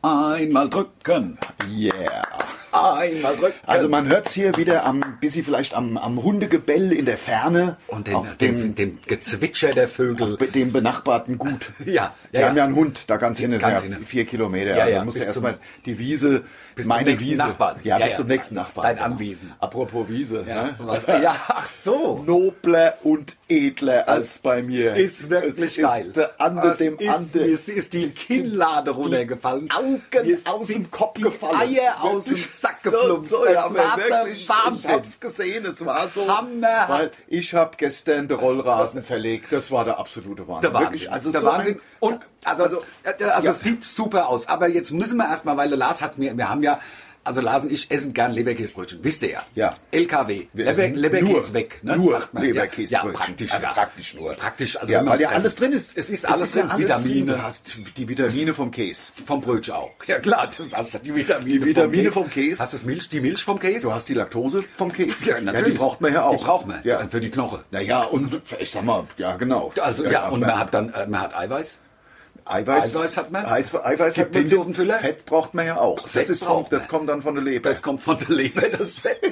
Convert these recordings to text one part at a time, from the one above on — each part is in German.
Einmal drücken. Yeah. Einmal drücken. Also man hört es hier wieder bisschen vielleicht am Hundegebell in der Ferne. Und dem Gezwitscher der Vögel. Auf dem benachbarten Gut. Ja. Die haben ja einen Hund, da ganz hinten, Ganz ja hinten. 4 Kilometer. Ja, Also ja, musst du bis erstmal die Wiese, bis meine zum nächsten Wiese. Nachbarn. Ja, Ja, bis ja. zum nächsten Nachbarn. Dein genau. Anwesen. Apropos Wiese. Ja, Ne? ja, ach so. Nobler und edler als bei mir. Ist wirklich es geil. Ist der Ande dem Ande. Mir ist die Kinnlade runtergefallen. Augen Mir aus dem sind Kopf die gefallen. Eier aus dem Sack geplumpst. So, Das ja, aber war der wirklich, Wahnsinn. Ich hab's gesehen, es war so. Hammerhart. Weil ich habe gestern den Rollrasen verlegt. Das war der absolute Wahnsinn. Der Wahnsinn. Wirklich, also der so Wahnsinn. ein- Und also es sieht super aus. Aber jetzt müssen wir erstmal, weil der Lars hat wir haben ja, also Lars und ich essen gern Leberkäsebrötchen, wisst ihr ja. Ja. LKW. Wir essen Leberkäse nur- weg. Ne? nur sagt man. Leberkäsebrötchen. Ja, praktisch. Also ja. praktisch nur. Praktisch. Also Ja, wenn man weil ja es alles drin ist. Es ist alles drin. Ja Vitamine. Du hast die Vitamine vom Käse. Vom Brötchen auch. Ja klar, du hast die Vitamine, Die Vitamine vom Käse. Hast du die Milch vom Käse? Du hast die Laktose vom Käse. Ja, natürlich. die braucht man ja auch. Die braucht man. Ja. Für die Knochen. Naja, und ich sag mal, ja genau. Also ja, und man hat dann man hat Eiweiß. Eiweiß hat man. Eiweiß Gibt hat man. Tinte auf dem Füller? Fett braucht man ja auch. Fett braucht Das man. kommt dann von der Leber. Das kommt von der Leber, das Fett.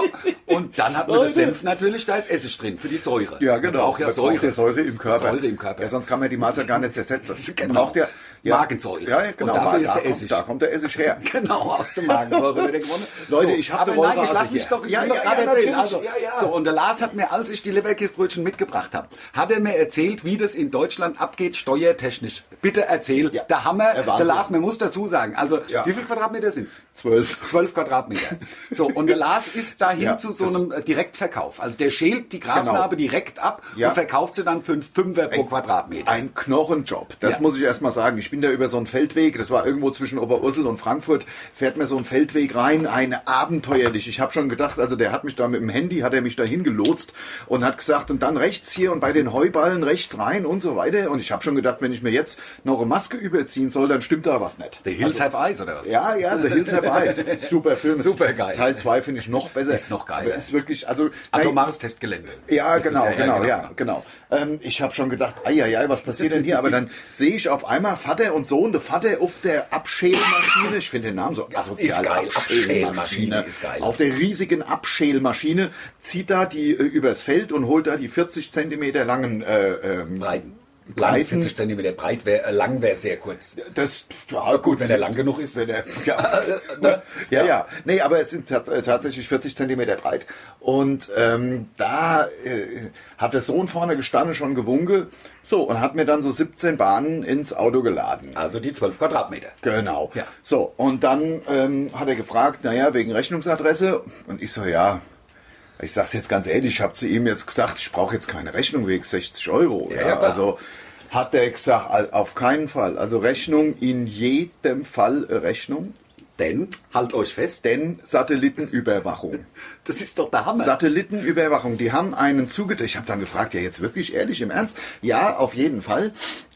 Und dann hat man das Senf natürlich, da ist Essig drin für die Säure. Ja, genau. Man braucht ja Man Säure. braucht ja Säure im Körper. Säure im Körper. Ja, sonst kann man die Mahlzeit gar nicht zersetzen. Genau. Man braucht ja Magensäure. Ja, genau. Und dafür ist da der kommt- Essig. Da kommt der Essig her. Genau, aus der Magensäure wird er gewonnen. Leute, so, ich hab aber den nein, ich Rollrasen lass mich hier. doch, ich Ja, will ja, doch gerade ja, erzählen. natürlich. Also, Ja, ja. So, und der Lars hat mir, als ich die Leberkäsebrötchen mitgebracht habe, hat er mir erzählt, wie das in Deutschland abgeht, steuertechnisch. Bitte erzähl. Ja. Der Hammer, Der Wahnsinn. der Lars, man muss dazu sagen, also Ja. wie viel Quadratmeter sind's? 12. 12 Quadratmeter. So, und der Lars ist dahin Ja, zu so das- einem Direktverkauf. Also der schält die Grasnarbe direkt ab Ja. und verkauft sie dann für einen Fünfer pro Quadratmeter. Ein Knochenjob. Das Ja. muss ich erst mal sagen. Ich bin da über so einen Feldweg, das war irgendwo zwischen Oberursel und Frankfurt, fährt mir so ein Feldweg rein, eine abenteuerlich. Ich habe schon gedacht, also der hat mich da mit dem Handy, hat er mich dahin gelotst und hat gesagt, und dann rechts hier und bei den Heuballen rechts rein und so weiter. Und ich habe schon gedacht, wenn ich mir jetzt noch eine Maske überziehen soll, dann stimmt da was nicht. The Hills Have Eyes, oder was? Ja, The Hills Have Eyes. Super Film. Super geil. Teil 2 finde ich noch besser. Ist noch geiler. Aber ist wirklich, also... Atomares Testgelände. Ja, Ist das genau. Ich habe schon gedacht, was passiert denn hier? Aber dann sehe ich auf einmal Vater und Sohn, der Vater auf der Abschälmaschine, ich finde den Namen so asozial, ist geil. Abschälmaschine ist geil. Auf der riesigen Abschälmaschine zieht da die übers Feld und holt da die 40 Zentimeter langen Lang, Breiten. 40 cm breit, lang wäre sehr kurz. Das, ja, Gut, wenn er lang genug ist. Wenn er, ja. Nee, aber es sind tatsächlich 40 Zentimeter breit. Und da hat der Sohn vorne gestanden, schon gewunken. So, und hat mir dann so 17 Bahnen ins Auto geladen. Also die 12 Quadratmeter. Genau. Ja. So, und dann hat er gefragt, wegen Rechnungsadresse. Und ich so, ja, ich sag's jetzt ganz ehrlich, ich habe zu ihm jetzt gesagt, ich brauche jetzt keine Rechnung wegen 60 Euro. Ja, klar. Also hat er gesagt, auf keinen Fall. Also Rechnung, in jedem Fall Rechnung. Denn, halt euch fest, Denn Satellitenüberwachung. das ist doch der Hammer. Satellitenüberwachung, die haben einen zugeteilt. Ich habe dann gefragt, ja jetzt wirklich ehrlich, im Ernst? Ja, auf jeden Fall.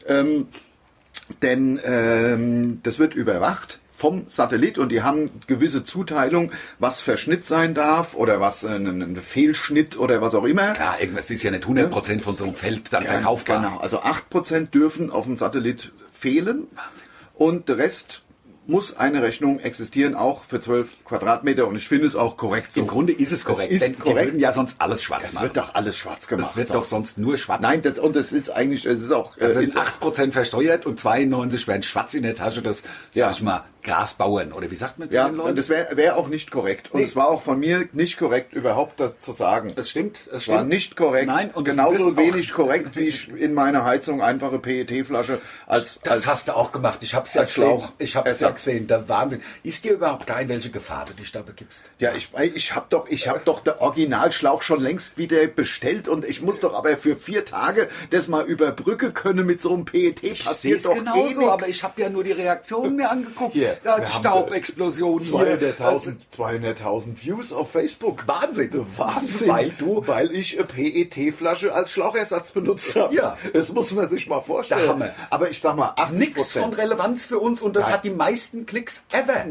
Denn das wird überwacht vom Satellit und die haben gewisse Zuteilung, was Verschnitt sein darf oder was ein Fehlschnitt oder was auch immer. Klar, irgendwas ist ja nicht 100% von so einem Feld dann verkaufbar. Genau, also 8% dürfen auf dem Satellit fehlen. Wahnsinn. Und der Rest muss eine Rechnung existieren, auch für 12 Quadratmeter. Und ich finde es auch korrekt so. Im Grunde ist es korrekt, ist denn korrekt. die würden ja sonst alles schwarz Es machen. wird doch alles schwarz gemacht. Das wird doch sonst nur schwarz. Nein, das ist eigentlich, es ist auch... Da werden ist auch 8% versteuert und 92 werden schwarz in der Tasche. Das, sag ich mal, Grasbauern. Oder wie sagt man zu ja, den Leuten? und das wär auch nicht korrekt. Und Nee. es war auch von mir nicht korrekt, überhaupt das zu sagen. Das stimmt. Das Es war nicht korrekt. Nein, und das genauso ist auch- wenig korrekt, wie ich in meiner Heizung einfache PET-Flasche als hast du auch gemacht. Ich hab's ja als gesehen. Schlauch. Ich hab's ja gesehen. Der Wahnsinn. Ist dir überhaupt klar, in welche Gefahr du dich da begibst? Ja, ich hab doch der Originalschlauch schon längst wieder bestellt und ich muss doch aber für 4 Tage das mal überbrücken können mit so einem PET. Ich sehe Passiert es doch genauso, nix. aber ich habe ja nur die Reaktionen mir angeguckt. Hier, ja, wir die haben Staubexplosion hier. 200.000 Views auf Facebook. Wahnsinn. Wahnsinn. Weil ich eine PET-Flasche als Schlauchersatz benutzt habe. Ja. Das muss man sich mal vorstellen. Der Hammer. Aber ich sag mal, 80%. Nix von Relevanz für uns und das Nein. hat die meisten Klicks ever.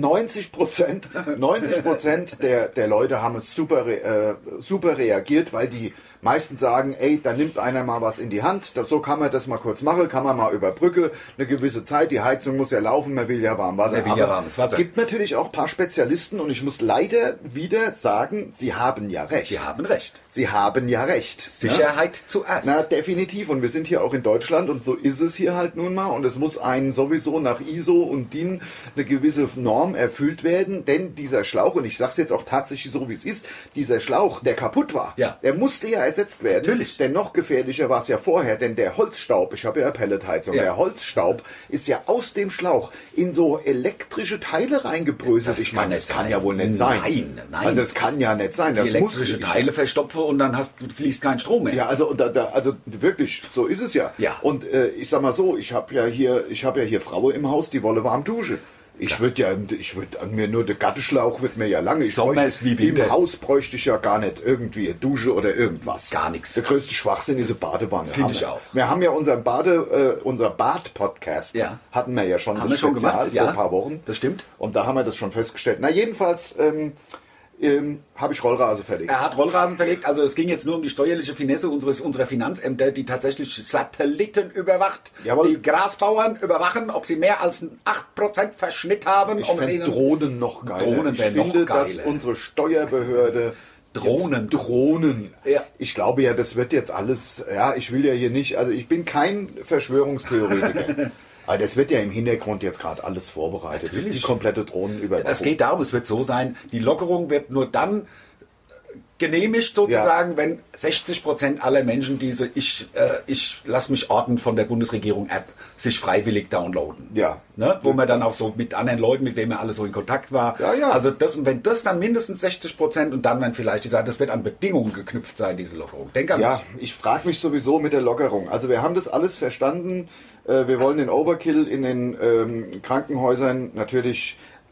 90% der Leute haben super reagiert, weil die meistens sagen, ey, da nimmt einer mal was in die Hand, so kann man das mal kurz machen, kann man mal über Brücke, eine gewisse Zeit, die Heizung muss ja laufen, man will ja warm Wasser. Man will ja warmes Wasser. Es gibt natürlich auch ein paar Spezialisten und ich muss leider wieder sagen, sie haben ja recht. Sie haben recht. Sie haben ja recht. Sicherheit zuerst. Na, definitiv. Und wir sind hier auch in Deutschland und so ist es hier halt nun mal. Und es muss einen sowieso nach ISO und DIN eine gewisse Norm erfüllt werden. Denn dieser Schlauch, und ich sage es jetzt auch tatsächlich so, wie es ist, dieser Schlauch, der kaputt war, der musste ja ersetzt werden. Natürlich. Denn noch gefährlicher war es ja vorher. Denn der Holzstaub, ich habe ja Pelletheizung, der Holzstaub ist ja aus dem Schlauch in so elektrische Teile reingebröselt. Ich meine, das kann ja wohl nicht sein. Nein. Also das kann ja nicht sein. Die Das elektrische Teile verstopfe und dann fließt kein Strom mehr. Ja, also wirklich, so ist es ja. Und ich sag mal so, ich habe ja hier Frauen im Haus, die wollen warm duschen. Ich würde an mir nur der Gatteschlauch wird mir ja lange. Im Haus bräuchte ich ja gar nicht irgendwie Dusche oder irgendwas. Gar nichts. Der größte Schwachsinn ist eine Badewanne. Finde ich auch. Wir haben ja unser Bad-Podcast hatten wir ja schon. Haben wir schon gemacht? Vor ein paar Wochen. Das stimmt. Und da haben wir das schon festgestellt. Na jedenfalls habe ich Rollrasen verlegt. Er hat Rollrasen verlegt, also es ging jetzt nur um die steuerliche Finesse unserer Finanzämter, die tatsächlich Satelliten überwacht, die Grasbauern überwachen, ob sie mehr als 8% Verschnitt haben. Ich finde Drohnen noch geiler. Drohnen wären noch geiler. Dass unsere Steuerbehörde Drohnen. Ja. Ich glaube ja, das wird jetzt alles, ich will ja hier nicht, also ich bin kein Verschwörungstheoretiker. Aber das wird ja im Hintergrund jetzt gerade alles vorbereitet. Natürlich. Die komplette Drohnenüberwachung. Es geht darum, es wird so sein, die Lockerung wird nur dann genehmigt sozusagen, wenn 60% aller Menschen diese ich lasse mich orten von der Bundesregierung App sich freiwillig downloaden. Ja. Ne? Wo man dann auch so mit anderen Leuten, mit denen man alle so in Kontakt war. Ja. Also wenn das dann mindestens 60% und dann vielleicht die sagen, das wird an Bedingungen geknüpft sein, diese Lockerung. Denk an mich. Ich frage mich sowieso mit der Lockerung. Also wir haben das alles verstanden. Wir wollen den Overkill in den Krankenhäusern natürlich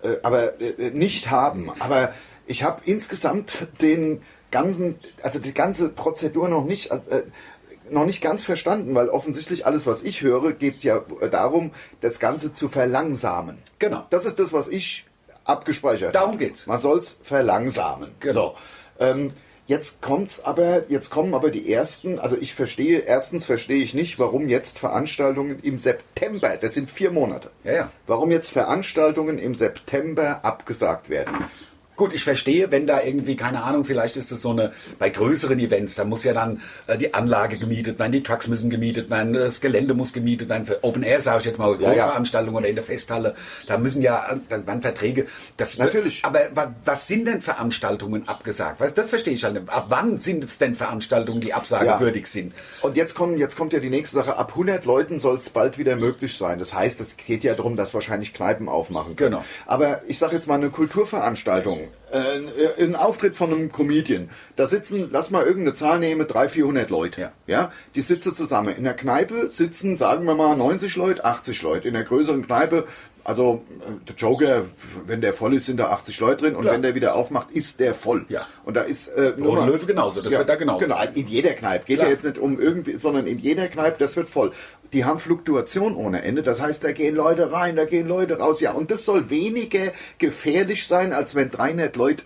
nicht haben. Aber ich habe insgesamt die ganze Prozedur noch nicht ganz verstanden, weil offensichtlich alles, was ich höre, geht ja darum, das Ganze zu verlangsamen. Genau. Das ist das, was ich abgespeichert habe. Darum geht's. Man soll es verlangsamen. Genau. So. Jetzt kommen aber die ersten, also erstens verstehe ich nicht, warum jetzt Veranstaltungen im September, das sind 4 Monate, warum jetzt Veranstaltungen im September abgesagt werden. Gut, ich verstehe, wenn da irgendwie, keine Ahnung, vielleicht ist es so bei größeren Events, da muss ja dann die Anlage gemietet werden, die Trucks müssen gemietet werden, das Gelände muss gemietet werden, für Open Air, sage ich jetzt mal, Großveranstaltungen oder in der Festhalle, da müssen dann werden Verträge. Natürlich. Aber was sind denn Veranstaltungen abgesagt? Das verstehe ich halt nicht. Ab wann sind es denn Veranstaltungen, die absagewürdig sind? Und jetzt kommt ja die nächste Sache, ab 100 Leuten soll es bald wieder möglich sein. Das heißt, es geht ja darum, dass wahrscheinlich Kneipen aufmachen können. Genau. Aber ich sage jetzt mal eine Kulturveranstaltung, ein Auftritt von einem Comedian. Da sitzen, lass mal irgendeine Zahl nehmen, 300-400 Leute. Ja, die sitzen zusammen. In der Kneipe sitzen, sagen wir mal, 90 Leute, 80 Leute. In der größeren Kneipe, also der Joker, wenn der voll ist, sind da 80 Leute drin. Und wenn der wieder aufmacht, ist der voll. Ja. Und da ist Rote Löwe genauso, das wird da genauso. Genau, in jeder Kneipe. Geht ja jetzt nicht um irgendwie, sondern in jeder Kneipe, das wird voll. Die haben Fluktuation ohne Ende. Das heißt, da gehen Leute rein, da gehen Leute raus. Ja, und das soll weniger gefährlich sein, als wenn 300 Leute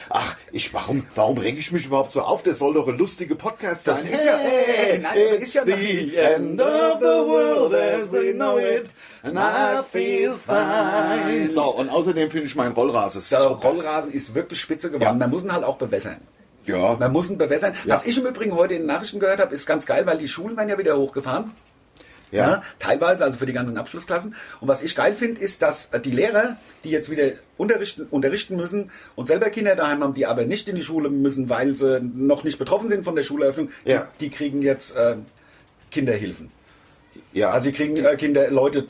warum reg ich mich überhaupt so auf? Das soll doch ein lustiger Podcast sein. It's the end of the world as we know it, and I feel fine. So, und außerdem finde ich meinen Rollrasen Der Rollrasen ist wirklich spitze geworden. Ja. Man muss ihn halt auch bewässern. Ja. Man muss ihn bewässern. Ja. Was ich im Übrigen heute in den Nachrichten gehört habe, ist ganz geil, weil die Schulen werden ja wieder hochgefahren. Ja, teilweise, also für die ganzen Abschlussklassen. Und was ich geil finde, ist, dass die Lehrer, die jetzt wieder unterrichten müssen und selber Kinder daheim haben, die aber nicht in die Schule müssen, weil sie noch nicht betroffen sind von der Schuleröffnung, die kriegen jetzt Kinderhilfen. Ja. Also sie kriegen Leute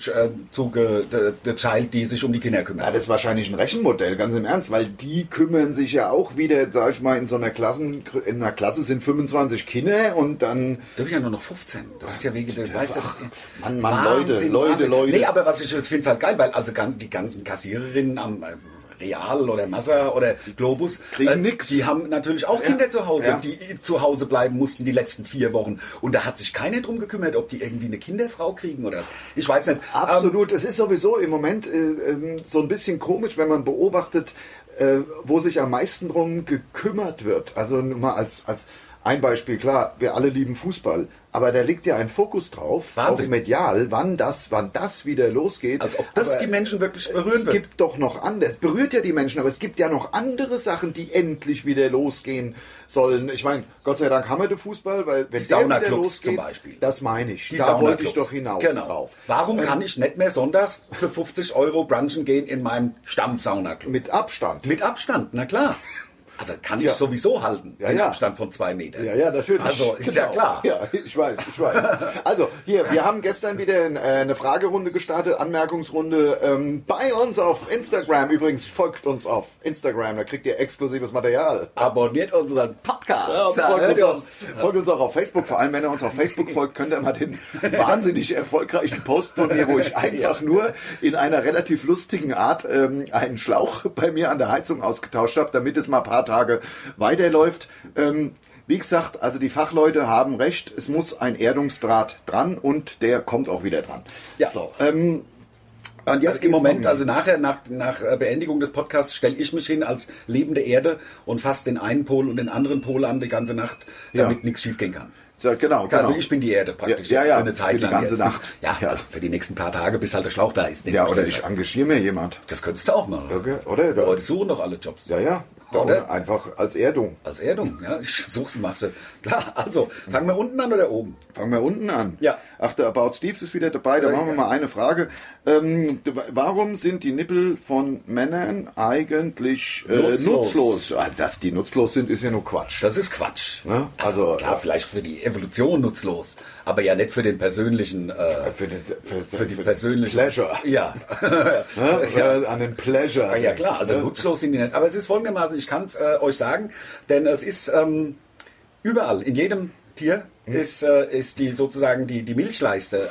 zugeteilt, die sich um die Kinder kümmern. Ja, das ist wahrscheinlich ein Rechenmodell, ganz im Ernst, weil die kümmern sich ja auch wieder, sag ich mal, in einer Klasse sind 25 Kinder und dann... Dürfen ja nur noch 15. Das ist ja wegen der... Weißt du, Mann, Leute. Nee, aber was ich finde es halt geil, weil also die ganzen Kassiererinnen am... Real oder Massa oder Globus kriegen nix. Die haben natürlich auch Kinder zu Hause, die zu Hause bleiben mussten die letzten 4 Wochen. Und da hat sich keiner drum gekümmert, ob die irgendwie eine Kinderfrau kriegen oder was. Ich weiß nicht. Absolut. Es ist sowieso im Moment so ein bisschen komisch, wenn man beobachtet, wo sich am meisten drum gekümmert wird. Also nur mal als ein Beispiel, klar, wir alle lieben Fußball, aber da liegt ja ein Fokus drauf, Wahnsinn. auch medial, wann das wieder losgeht. Als ob das Aber die Menschen wirklich berühren es gibt doch noch andere, es berührt ja die Menschen, aber es gibt ja noch andere Sachen, die endlich wieder losgehen sollen. Ich meine, Gott sei Dank haben wir den Fußball, weil wenn Die der wieder Saunaclubs losgeht, zum Beispiel. das meine ich. Die Da Saunaclubs. wollte ich doch hinaus drauf. Warum kann ich nicht mehr sonntags für 50 Euro brunchen gehen in meinem Stammsaunaclub? Mit Abstand. Mit Abstand, na klar. Also kann ich sowieso halten, Ja, in ja. Abstand von 2 Metern. Ja, natürlich. Also ist ja klar. Ja, ich weiß. Also, hier, wir haben gestern wieder eine Fragerunde gestartet, Anmerkungsrunde bei uns auf Instagram. Übrigens, folgt uns auf Instagram, da kriegt ihr exklusives Material. Abonniert unseren Podcast. Ja, und Da folgt uns auch auf Facebook. Vor allem, wenn ihr uns auf Facebook folgt, könnt ihr mal den wahnsinnig erfolgreichen Post von mir, wo ich einfach nur in einer relativ lustigen Art einen Schlauch bei mir an der Heizung ausgetauscht habe, damit es mal ein paar Tage weiterläuft. Wie gesagt, also die Fachleute haben recht, es muss ein Erdungsdraht dran und der kommt auch wieder dran. Ja. So, Und jetzt geht's im Moment, mal also nachher, nach Beendigung des Podcasts, stelle ich mich hin als lebende Erde und fasse den einen Pol und den anderen Pol an die ganze Nacht, damit nichts schief gehen kann. so, genau. Also ich bin die Erde praktisch Ja, jetzt ja, für eine Zeit für die lang. ganze jetzt. Nacht. Ja, Ja. also für die nächsten paar Tage, bis halt der Schlauch da ist. den Ja, du oder bestellt ich hast. engagiere mir jemand. Das könntest du auch machen. Okay, oder? Die Leute suchen doch alle Jobs. Ja, ja. Oder? Einfach als Erdung. Als Erdung, ja. Ich such's machst du. Klar, also, fangen wir unten an oder oben? Fangen wir unten an. Ja. Ach, der About Steves ist wieder dabei. Da machen wir mal eine Frage. Warum sind die Nippel von Männern eigentlich nutzlos? Dass die nutzlos sind, ist ja nur Quatsch. Das ist Quatsch. Ja, Also, also, klar, vielleicht für die Evolution nutzlos, aber ja nicht für den persönlichen, für die persönliche Pleasure. Ja. Ja, an den Pleasure. Ja klar, also nutzlos sind die nicht. Aber es ist folgendermaßen, ich kann es euch sagen, denn es ist überall, in jedem Tier ist die sozusagen die Milchleiste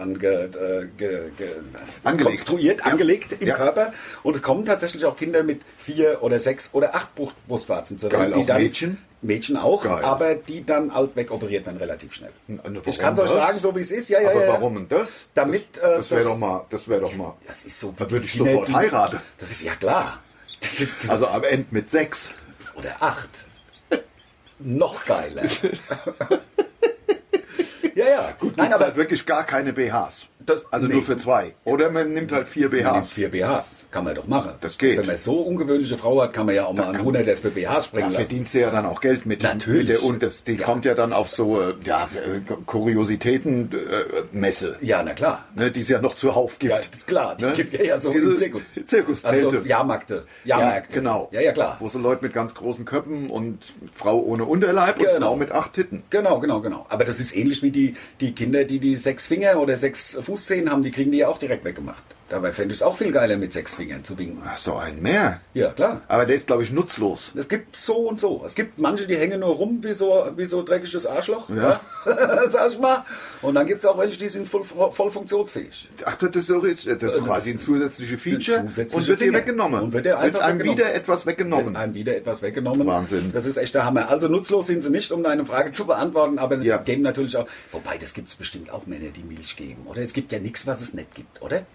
konstruiert, angelegt im Körper. Und es kommen tatsächlich auch Kinder mit 4 oder 6 oder 8 Brustwarzen zur Welt. Geil, auch dann, Mädchen? Mädchen auch, Geil. aber die dann halt wegoperiert werden relativ schnell. Warum Ich kann es euch das? sagen, so wie es ist. Ja, Aber warum denn das? Damit, das wäre doch mal. Das wäre doch mal. Das ist so. Da würde ich Kinder, sofort heiraten. Das ist ja klar. Das ist so, Also am Ende mit 6. oder 8. Noch geiler. Ja. Gut, nein, gibt's aber halt wirklich gar keine BHs. Nee. Nur für 2. Oder man nimmt halt 4 man nimmt BHs. 4 BHs. Kann man doch machen. Das geht. Wenn man so ungewöhnliche Frau hat, kann man ja auch mal einen 100er für BHs Da springen lassen. verdienst du ja dann auch Geld mit. Natürlich. Die kommt ja dann auf so Kuriositäten-Messe. Ja, na klar. Ne, die es ja noch zuhauf gibt. Ja, klar, die Ne? gibt ja so Diese im Zirkus. Zirkuszelte. Also Jahrmärkte. Ja, genau. Ja, klar. Wo so Leute mit ganz großen Köpfen und Frau ohne Unterleib und Genau. Frau mit 8 Titten. Genau. Aber das ist ähnlich wie die Kinder, die 6 Finger oder 6 Fußzehen haben, die kriegen die ja auch direkt weggemacht. Dabei fände ich es auch viel geiler, mit 6 Fingern zu winken. Ach so, ein mehr. Ja, klar. Aber der ist, glaube ich, nutzlos. Es gibt so und so. Es gibt manche, die hängen nur rum wie so dreckiges Arschloch. Ja. Sag ich mal. Und dann gibt es auch welche, die sind voll funktionsfähig. Ach, das ist quasi ein zusätzliches Feature Ein zusätzliche und wird dir Finger. weggenommen. Und wird dir einfach einem weggenommen. wieder etwas weggenommen. Wird einem wieder etwas weggenommen. Wahnsinn. Das ist echt der Hammer. Also nutzlos sind sie nicht, um deine Frage zu beantworten, aber Ja. geben natürlich auch. Wobei, das gibt es bestimmt auch Männer, die Milch geben, oder? Es gibt ja nichts, was es nicht gibt, oder?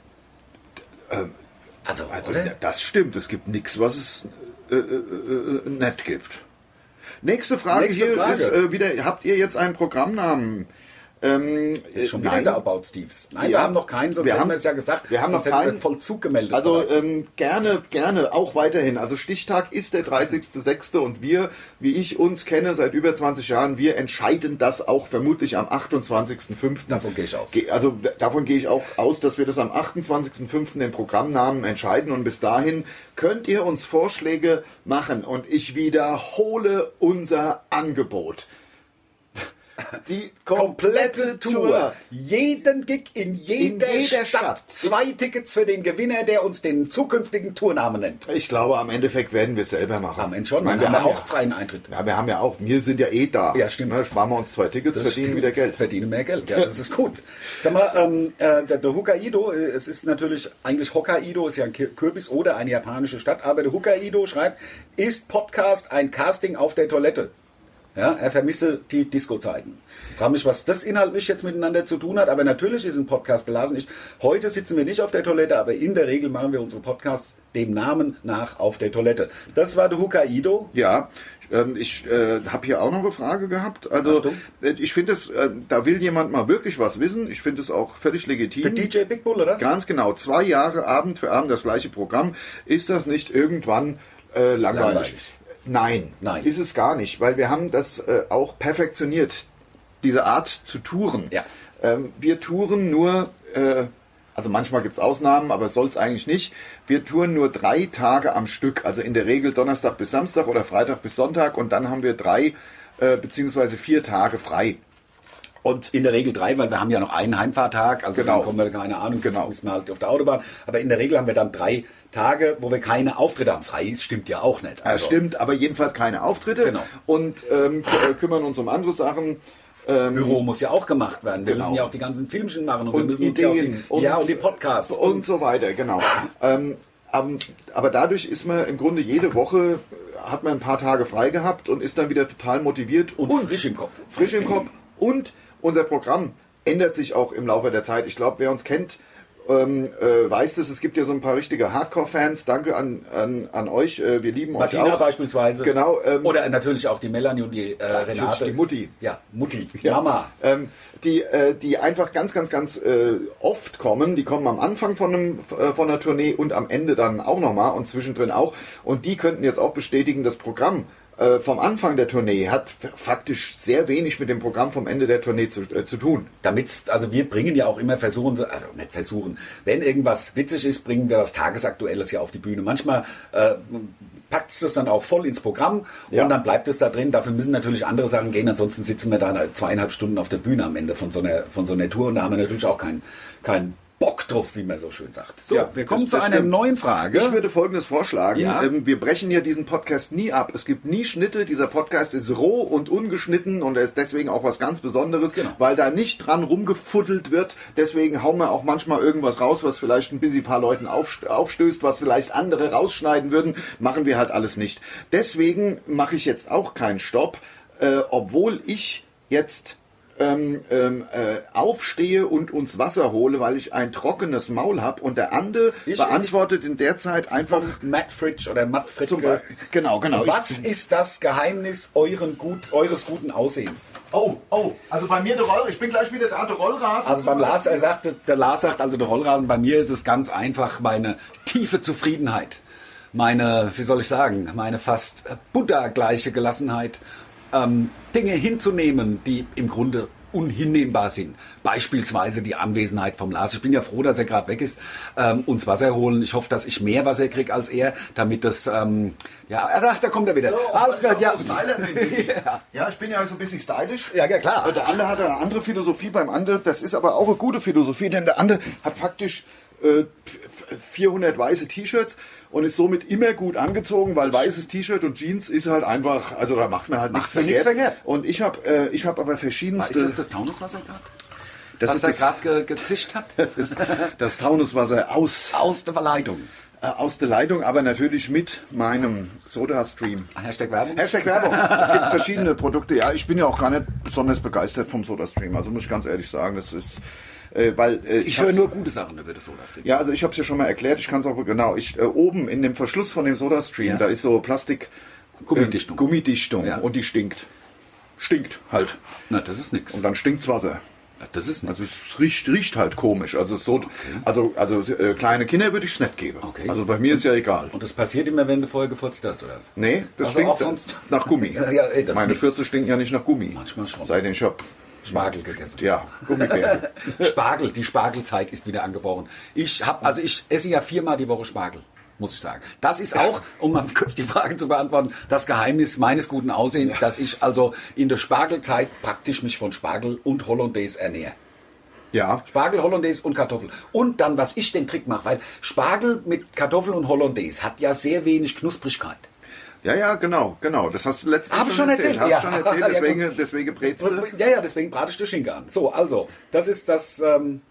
Also, oder? ja, das stimmt. Es gibt nichts, was es nicht gibt. Nächste Frage Nächste hier Frage. ist wieder, habt ihr jetzt einen Programmnamen? Ist schon wieder nein. der About Steves. Nein, Ja. wir haben noch keinen, sonst Wir hätten haben- wir es ja gesagt. wir haben sonst noch hätten wir keinen. Vollzug gemeldet. Also bereits. gerne, auch weiterhin. Also Stichtag ist der 30.06. und wir, wie ich uns kenne, seit über 20 Jahren, wir entscheiden das auch vermutlich am 28.05. Davon gehe ich aus. Davon gehe ich auch aus, dass wir das am 28.05. den Programmnamen entscheiden und bis dahin könnt ihr uns Vorschläge machen und ich wiederhole unser Angebot. Die komplette Tour. Jeden Gig in jeder Stadt. Stadt. 2 Tickets für den Gewinner, der uns den zukünftigen Tournamen nennt. Ich glaube, am Endeffekt werden wir es selber machen. Am Ende schon. Ich meine, Wir haben ja haben auch freien Eintritt. Ja, wir haben ja auch, wir sind ja eh da. Ja, stimmt. Ne, sparen wir uns 2 Tickets, Das verdienen stimmt. wieder Geld. Verdienen mehr Geld, ja, das ist gut. Sag mal, der Hokkaido, es ist natürlich, eigentlich Hokkaido ist ja ein Kürbis oder eine japanische Stadt, aber der Hokkaido schreibt, ist Podcast ein Casting auf der Toilette? Ja, er vermisse die Disco-Zeiten. Ich frage mich, was das inhaltlich jetzt miteinander zu tun hat, aber natürlich ist ein Podcast gelassen. Heute sitzen wir nicht auf der Toilette, aber in der Regel machen wir unsere Podcasts dem Namen nach auf der Toilette. Das war der Hokkaido. Ja, ich habe hier auch noch eine Frage gehabt. Also ich finde es, da will jemand mal wirklich was wissen. Ich finde es auch völlig legitim. Für DJ Big Bull, oder? Ganz genau. 2 Jahre Abend für Abend das gleiche Programm. Ist das nicht irgendwann langweilig? Nein, ist es gar nicht, weil wir haben das auch perfektioniert, diese Art zu touren. Ja. Wir touren nur, also manchmal gibt es Ausnahmen, aber soll es eigentlich nicht. Wir touren nur 3 Tage am Stück, also in der Regel Donnerstag bis Samstag oder Freitag bis Sonntag und dann haben wir 3 beziehungsweise 4 Tage frei. Und in der Regel 3, weil wir haben ja noch einen Heimfahrtag, also genau. Dann kommen wir, keine Ahnung, genau. Müssen wir halt auf der Autobahn. Aber in der Regel haben wir dann 3 Tage, wo wir keine Auftritte haben. Frei stimmt ja auch nicht. Also, stimmt, aber jedenfalls keine Auftritte. Genau. Und kümmern uns um andere Sachen. Büro muss ja auch gemacht werden. Wir müssen ja auch die ganzen Filmchen machen und wir müssen Ideen uns ja auch und die Podcasts und so weiter, genau. Aber dadurch ist man im Grunde jede Woche, hat man ein paar Tage frei gehabt und ist dann wieder total motiviert und frisch im Kopf. Frisch im Kopf. Und unser Programm ändert sich auch im Laufe der Zeit. Ich glaube, wer uns kennt, weiß das. Es gibt ja so ein paar richtige Hardcore-Fans. Danke an euch. Wir lieben Martina euch auch. Beispielsweise. Genau. Oder natürlich auch die Melanie und die Renate. Die Mutti. Ja, Mutti. Ja. Mama. Die einfach ganz oft kommen. Die kommen am Anfang von einer Tournee und am Ende dann auch nochmal und zwischendrin auch. Und die könnten jetzt auch bestätigen, das Programm vom Anfang der Tournee hat faktisch sehr wenig mit dem Programm vom Ende der Tournee zu tun. Also wir bringen ja auch immer wenn irgendwas witzig ist, bringen wir was Tagesaktuelles ja auf die Bühne. Manchmal packt es das dann auch voll ins Programm und dann bleibt es da drin. Dafür müssen natürlich andere Sachen gehen, ansonsten sitzen wir da 2,5 Stunden auf der Bühne am Ende von so einer Tour und da haben wir natürlich auch keinen Bock drauf, wie man so schön sagt. So, wir kommen zu einer neuen Frage. Ich würde Folgendes vorschlagen. Ja? Wir brechen ja diesen Podcast nie ab. Es gibt nie Schnitte. Dieser Podcast ist roh und ungeschnitten und er ist deswegen auch was ganz Besonderes, weil da nicht dran rumgefuddelt wird. Deswegen hauen wir auch manchmal irgendwas raus, was vielleicht ein bisschen paar Leuten aufstößt, was vielleicht andere rausschneiden würden. Machen wir halt alles nicht. Deswegen mache ich jetzt auch keinen Stopp, obwohl ich jetzt aufstehe und uns Wasser hole, weil ich ein trockenes Maul habe und der Ande beantwortet in der Zeit einfach Matt Fritsch oder Matt Fritzke. Genau. Was ist das Geheimnis eures guten Aussehens? Also bei mir ich bin gleich wieder da, der Rollrasen. Also beim Lars, der Lars sagt, also der Rollrasen, bei mir ist es ganz einfach meine tiefe Zufriedenheit. Meine fast Buddha-gleiche Gelassenheit, Dinge hinzunehmen, die im Grunde unhinnehmbar sind. Beispielsweise die Anwesenheit vom Lars. Ich bin ja froh, dass er gerade weg ist, uns Wasser holen. Ich hoffe, dass ich mehr Wasser kriege als er, damit das, da kommt er wieder. So, alles klar, ja, ich bin ja so ein bisschen stylisch. Ja, klar. Der Ande hat eine andere Philosophie beim Ande. Das ist aber auch eine gute Philosophie, denn der Ande hat faktisch 400 weiße T-Shirts und ist somit immer gut angezogen, weil weißes T-Shirt und Jeans ist halt einfach, also da macht man halt nichts verkehrt. Und ich habe aber verschiedenste... Ist das Taunuswasser gerade? Was er gerade gezischt hat? Das ist das Taunuswasser aus der Leitung. Aus der Leitung, aber natürlich mit meinem Soda-Stream. Hashtag Werbung. Es gibt verschiedene Produkte. Ja, ich bin ja auch gar nicht besonders begeistert vom Soda-Stream. Also muss ich ganz ehrlich sagen, das ist... ich höre nur gute Sachen über das Soda-Stream. Ja, also ich habe es ja schon mal erklärt, ich kann es auch genau. Oben in dem Verschluss von dem Soda-Stream, da ist so Plastik Gummidichtung und die stinkt. Stinkt halt. Na, das ist nix. Und dann stinkt's Wasser. Das ist nix. Also es riecht halt komisch. Also so, kleine Kinder würde ich es nicht geben. Okay. Also bei mir ist ja egal. Und das passiert immer, wenn du vorher gefurzt hast, oder was? Nee, das also stinkt auch sonst nach Gummi. Meine Fürze stinken ja nicht nach Gummi. Manchmal schon. Seitdem ich hab Spargel gegessen. Ja, Gummibärchen. Die Spargelzeit ist wieder angebrochen. Ich esse ja 4-mal die Woche Spargel, muss ich sagen. Das ist auch, um mal kurz die Frage zu beantworten, das Geheimnis meines guten Aussehens, dass ich also in der Spargelzeit praktisch mich von Spargel und Hollandaise ernähre. Ja. Spargel, Hollandaise und Kartoffel. Und dann, was ich den Trick mache, weil Spargel mit Kartoffel und Hollandaise hat ja sehr wenig Knusprigkeit. Ja, genau. Das hast du letztens schon erzählt. Deswegen brätst du. Ja, deswegen brate ich den Schinken an. So, also, das ist das,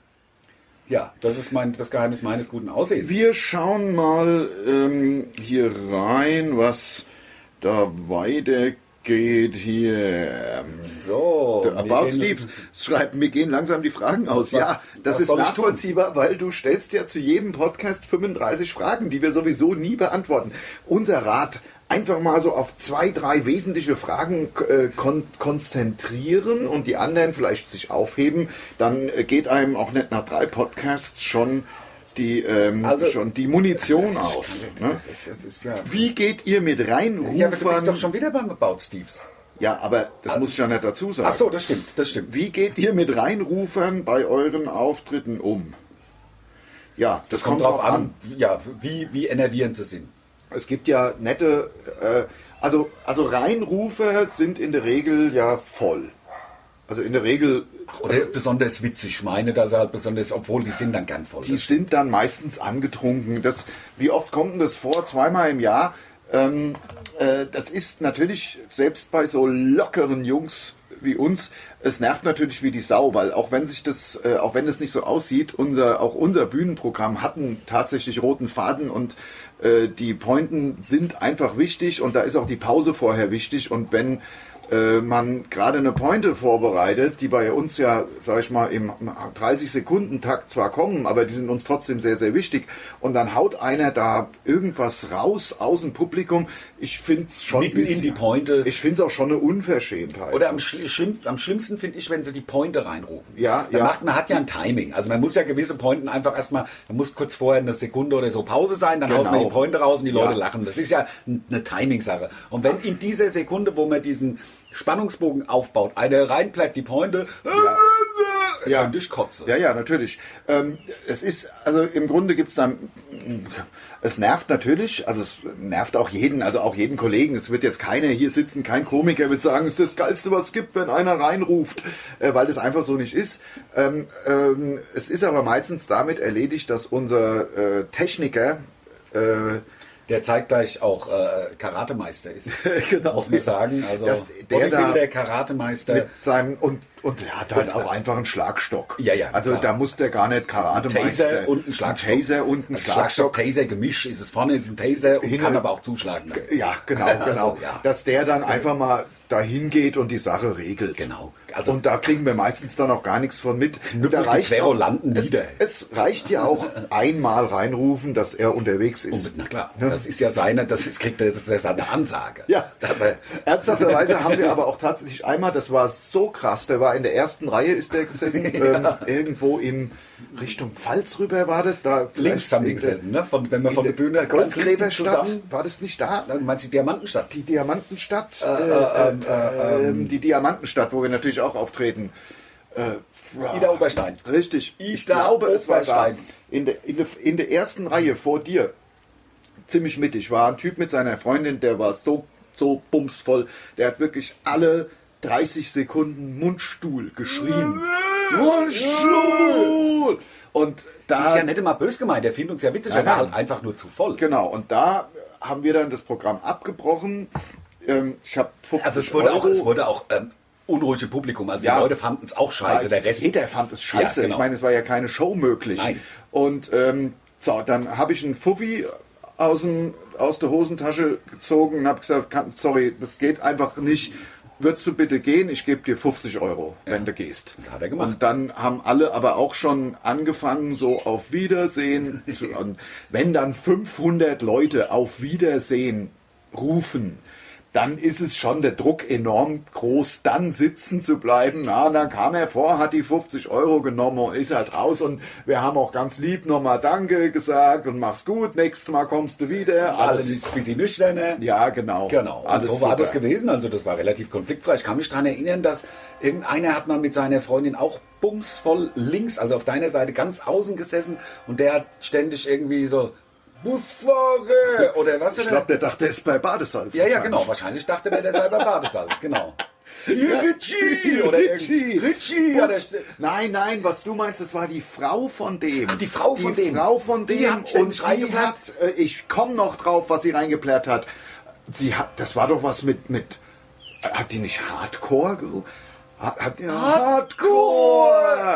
das ist das Geheimnis meines guten Aussehens. Wir schauen mal hier rein, was da weitergeht. geht hier? So. Der About Steve schreibt, mir gehen langsam die Fragen aus. Ja, das ist nachvollziehbar, weil du stellst ja zu jedem Podcast 35 Fragen, die wir sowieso nie beantworten. Unser Rat: einfach mal so auf 2, 3 wesentliche Fragen konzentrieren und die anderen vielleicht sich aufheben. Dann geht einem auch nicht nach 3 Podcasts schon die Munition aus. Ne? Das ist ja. Wie geht ihr mit Reinrufern? Ja, aber du bist doch schon wieder beim About Steves. Ja, aber das muss ich ja nicht dazu sagen. Ach so, das stimmt. Wie geht ihr mit Reinrufern bei euren Auftritten um? Ja, das kommt drauf an. Ja, wie enervierend sie sind. Es gibt ja nette, also Reinrufer sind in der Regel ja voll. Also in der Regel... Oder besonders witzig. Ich meine, dass er halt besonders, obwohl die sind dann gern voll. Die sind dann meistens angetrunken. Wie oft kommt denn das vor? 2-mal im Jahr. Das ist natürlich, selbst bei so lockeren Jungs wie uns, es nervt natürlich wie die Sau, weil auch wenn es nicht so aussieht, unser Bühnenprogramm hat einen tatsächlich roten Faden und die Pointen sind einfach wichtig und da ist auch die Pause vorher wichtig und wenn man gerade eine Pointe vorbereitet, die bei uns ja, sag ich mal, im 30-Sekunden-Takt zwar kommen, aber die sind uns trotzdem sehr, sehr wichtig. Und dann haut einer da irgendwas raus aus dem Publikum. Ich finde es schon mitten in die Pointe. Ich finde es auch schon eine Unverschämtheit. Oder am schlimmsten finde ich, wenn sie die Pointe reinrufen. Ja. Man hat ja ein Timing. Also man muss ja gewisse Pointen einfach erstmal, man muss kurz vorher eine Sekunde oder so Pause sein, dann haut man die Pointe raus und die Leute lachen. Das ist ja eine Timing-Sache. Und wenn in dieser Sekunde, wo man diesen Spannungsbogen aufbaut, eine reinplätt die Pointe, könnte ich kotzen. Ja, natürlich. Es ist, also im Grunde gibt es dann, es nervt natürlich, also es nervt auch jeden Kollegen. Es wird jetzt kein Komiker wird sagen, es ist das Geilste, was es gibt, wenn einer reinruft, weil das einfach so nicht ist. Es ist aber meistens damit erledigt, dass unser Techniker, der zeitgleich auch Karatemeister ist. Genau. Muss man sagen. Also der Karatemeister. Mit seinem, und er hat halt auch einfach einen Schlagstock. Ja. Also klar. Da muss der gar nicht Karatemeister. Taser und ein Schlagstock. Taser und ein Schlagstock. Taser-Gemisch ist es vorne, ist ein Taser und kann aber auch zuschlagen. Ja, genau. Also, ja. Dass der dann einfach mal dahin geht und die Sache regelt. Genau. Also, und da kriegen wir meistens dann auch gar nichts von mit. Da reicht Querulanten nieder. Es reicht ja auch einmal reinrufen, dass er unterwegs ist. Na klar, das ist ja das ist seine Ansage. Ja, ernsthafterweise haben wir aber auch tatsächlich einmal, das war so krass, der war in der ersten Reihe, ist der gesessen, irgendwo in Richtung Pfalz rüber war das. Da links haben die gesessen, ne? Wenn man von der Bühne Goldgräberstadt, war das nicht da? Du meinst die Diamantenstadt? Die Diamantenstadt, die Diamantenstadt, wo wir natürlich auch auftreten. Ida Oberstein. Richtig. Ich glaube, es war da. In der ersten Reihe vor dir, ziemlich mittig, war ein Typ mit seiner Freundin, der war so bumsvoll. Der hat wirklich alle 30 Sekunden Mundstuhl geschrien. Mundstuhl! Und da ist ja nicht immer böse gemeint, der findet uns ja witzig, aber halt einfach nur zu voll. Genau, und da haben wir dann das Programm abgebrochen. Ich habe 50 Also es wurde auch unruhige Publikum, also die Leute fanden es auch scheiße, der Rest. Jeder fand es scheiße, genau. Ich meine, es war ja keine Show möglich. Nein. Und dann habe ich einen Fuffi aus der Hosentasche gezogen und habe gesagt, sorry, das geht einfach nicht. Würdest du bitte gehen? Ich gebe dir 50 €, wenn du gehst. Hat er gemacht. Und dann haben alle aber auch schon angefangen, so auf Wiedersehen. Und wenn dann 500 Leute auf Wiedersehen rufen, dann ist es schon der Druck enorm groß, dann sitzen zu bleiben. Na, dann kam er vor, hat die 50 € genommen und ist halt raus. Und wir haben auch ganz lieb nochmal Danke gesagt und mach's gut, nächstes Mal kommst du wieder. Alles ein bisschen nüchterner. Ja, genau. Und so war das gewesen. Also das war relativ konfliktfrei. Ich kann mich daran erinnern, dass irgendeiner hat mal mit seiner Freundin auch bumsvoll links, also auf deiner Seite ganz außen gesessen und der hat ständig irgendwie so Buffare oder was? Ich glaube, der dachte, er ist bei Badesalz. Ja, genau. Wahrscheinlich dachte der sei bei Badesalz, genau. Richie! Oder Richie! Nein, was du meinst, das war die Frau von dem. Ach, die Frau von dem. Die hat reingeplärt. Ich komme noch drauf, was sie reingeplärt hat. Das war doch was mit hat die nicht Hardcore? Hardcore!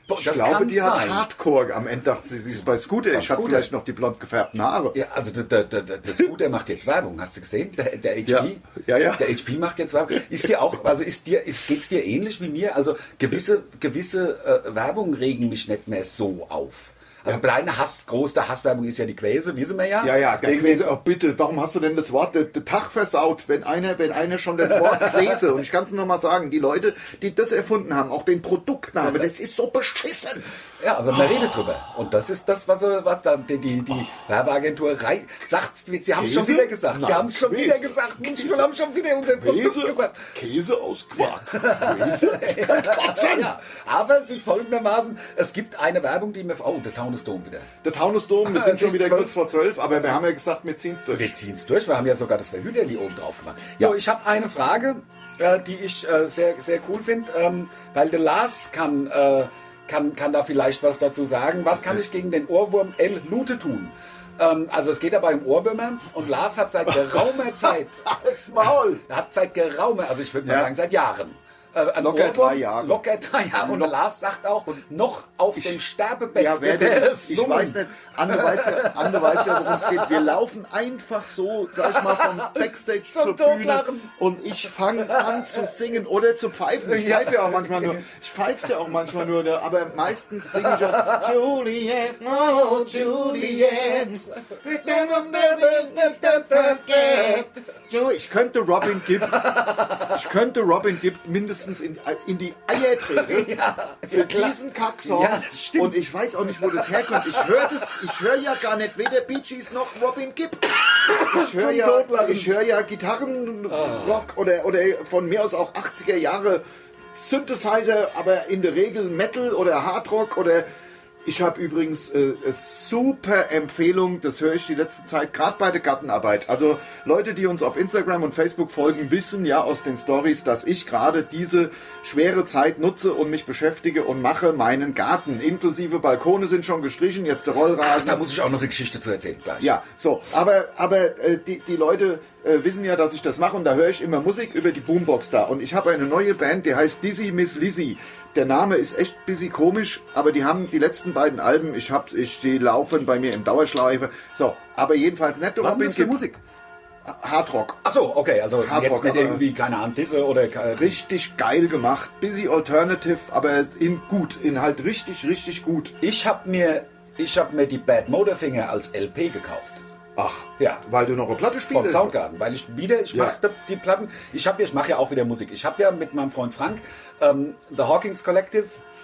Ich glaube, die hat Hardcore am Ende, dachte sie ist bei Scooter. Ich habe vielleicht noch die blond gefärbten Haare. Ja, also der Scooter macht jetzt Werbung, hast du gesehen? Der HP. Ja. Der HP macht jetzt Werbung. Ist dir auch, also geht's dir ähnlich wie mir? Also gewisse Werbung regen mich nicht mehr so auf. Also größte Hasswerbung ist ja die Quäse, wissen wir ja. Ja, der Quäse, oh bitte, warum hast du denn das Wort der Tag versaut, wenn einer schon das Wort Quäse, und ich kann es nur noch mal sagen, die Leute, die das erfunden haben, auch den Produktnamen, das ist so beschissen. Ja, aber man redet drüber. Und das ist das, was da die Werbeagentur sagt. Sie haben es schon wieder gesagt. Sie haben es schon wieder gesagt. Wir haben schon wieder unser Produkt gesagt. Käse aus Quark. Käse? Ja, aber es ist folgendermaßen, es gibt eine Werbung, die mir... Oh, der Taunus Dom wieder. Der Taunus Dom, wir sind schon wieder kurz vor 12, aber wir haben ja gesagt, wir ziehen es durch. Wir ziehen es durch, wir haben ja sogar das Verhüterli oben drauf gemacht. So, ich habe eine Frage, die ich sehr, sehr cool finde, weil der Lars kann da vielleicht was dazu sagen. Was kann ich gegen den Ohrwurm El Lute tun? Also es geht dabei um Ohrwürmer und Lars hat seit geraumer Zeit... Halt's Maul! Hat seit geraumer, also ich würde mal sagen seit Jahren... Locker 3 Jahre. Locker 3 Jahre. Und Lars sagt auch, noch auf dem Sterbebett. Ja, ich weiß nicht, Anne weiß ja, worum es geht. Wir laufen einfach so, sag ich mal, vom Backstage zur Bühne und ich fange an zu singen oder zu pfeifen. Ich pfeife ja auch manchmal nur. Ich pfeife ja auch manchmal nur, aber meistens singe ich auch Juliet, oh Juliet. Ich könnte Robin Gibb mindestens in die Eier treten für diesen Kacksong. Ja, das stimmt. Und ich weiß auch nicht, wo das herkommt. Ich höre ja gar nicht weder Bee Gees noch Robin Gibb. Ich höre ja Gitarrenrock oder von mir aus auch 80er Jahre Synthesizer, aber in der Regel Metal oder Hardrock oder... Ich habe übrigens super Empfehlung, das höre ich die letzte Zeit, gerade bei der Gartenarbeit. Also Leute, die uns auf Instagram und Facebook folgen, wissen ja aus den Stories, dass ich gerade diese schwere Zeit nutze und mich beschäftige und mache meinen Garten. Inklusive Balkone sind schon gestrichen, jetzt der Rollrasen. Da muss ich auch noch eine Geschichte zu erzählen gleich. Ja, so, aber die Leute wissen ja, dass ich das mache und da höre ich immer Musik über die Boombox da. Und ich habe eine neue Band, die heißt Dizzy Miss Lizzy. Der Name ist echt ein bisschen komisch, aber die haben die letzten beiden Alben, die laufen bei mir im Dauerschleife. So, aber jedenfalls nicht. Was ist das für Musik? Hardrock. Ach so, okay, also Hardrock, jetzt nicht irgendwie, keine Ahnung, Disse oder... Richtig geil gemacht, busy alternative, aber in halt richtig, richtig gut. Ich hab mir die Bad Motorfinger als LP gekauft. Ach, ja, weil du noch eine Platte spielst? Vom Soundgarden, weil ich mache die Platten, ich mache ja auch wieder Musik. Ich habe ja mit meinem Freund Frank The Hawkins Collective,